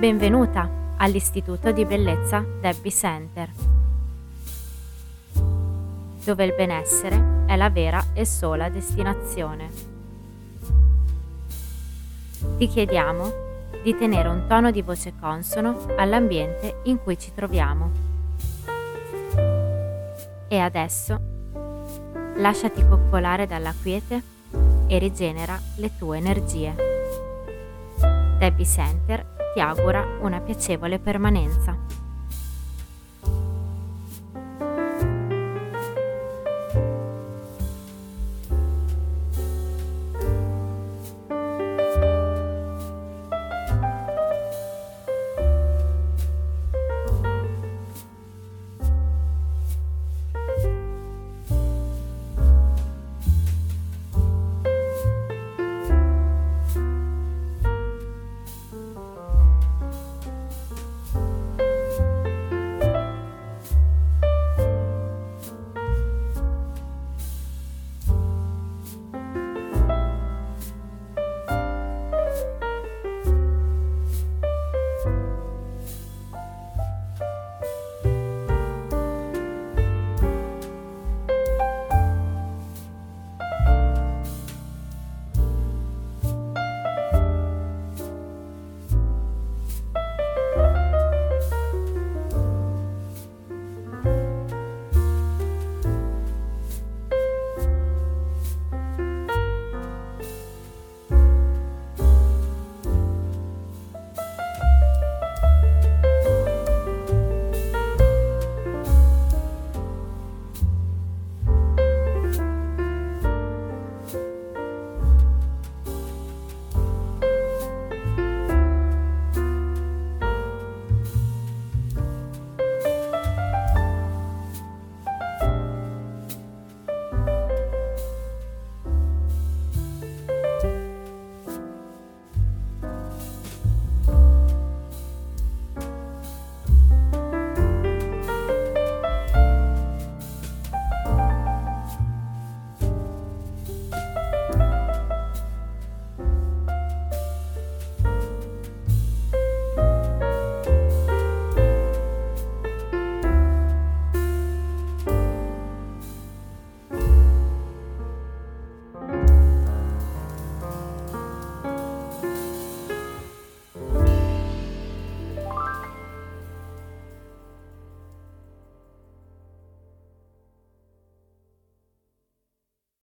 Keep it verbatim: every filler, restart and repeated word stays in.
Benvenuta all'Istituto di Bellezza Debbie Center, dove il benessere è la vera e sola destinazione. Ti chiediamo di tenere un tono di voce consono all'ambiente in cui ci troviamo. E adesso lasciati coccolare dalla quiete e rigenera le tue energie. Debbie Center ti augura una piacevole permanenza.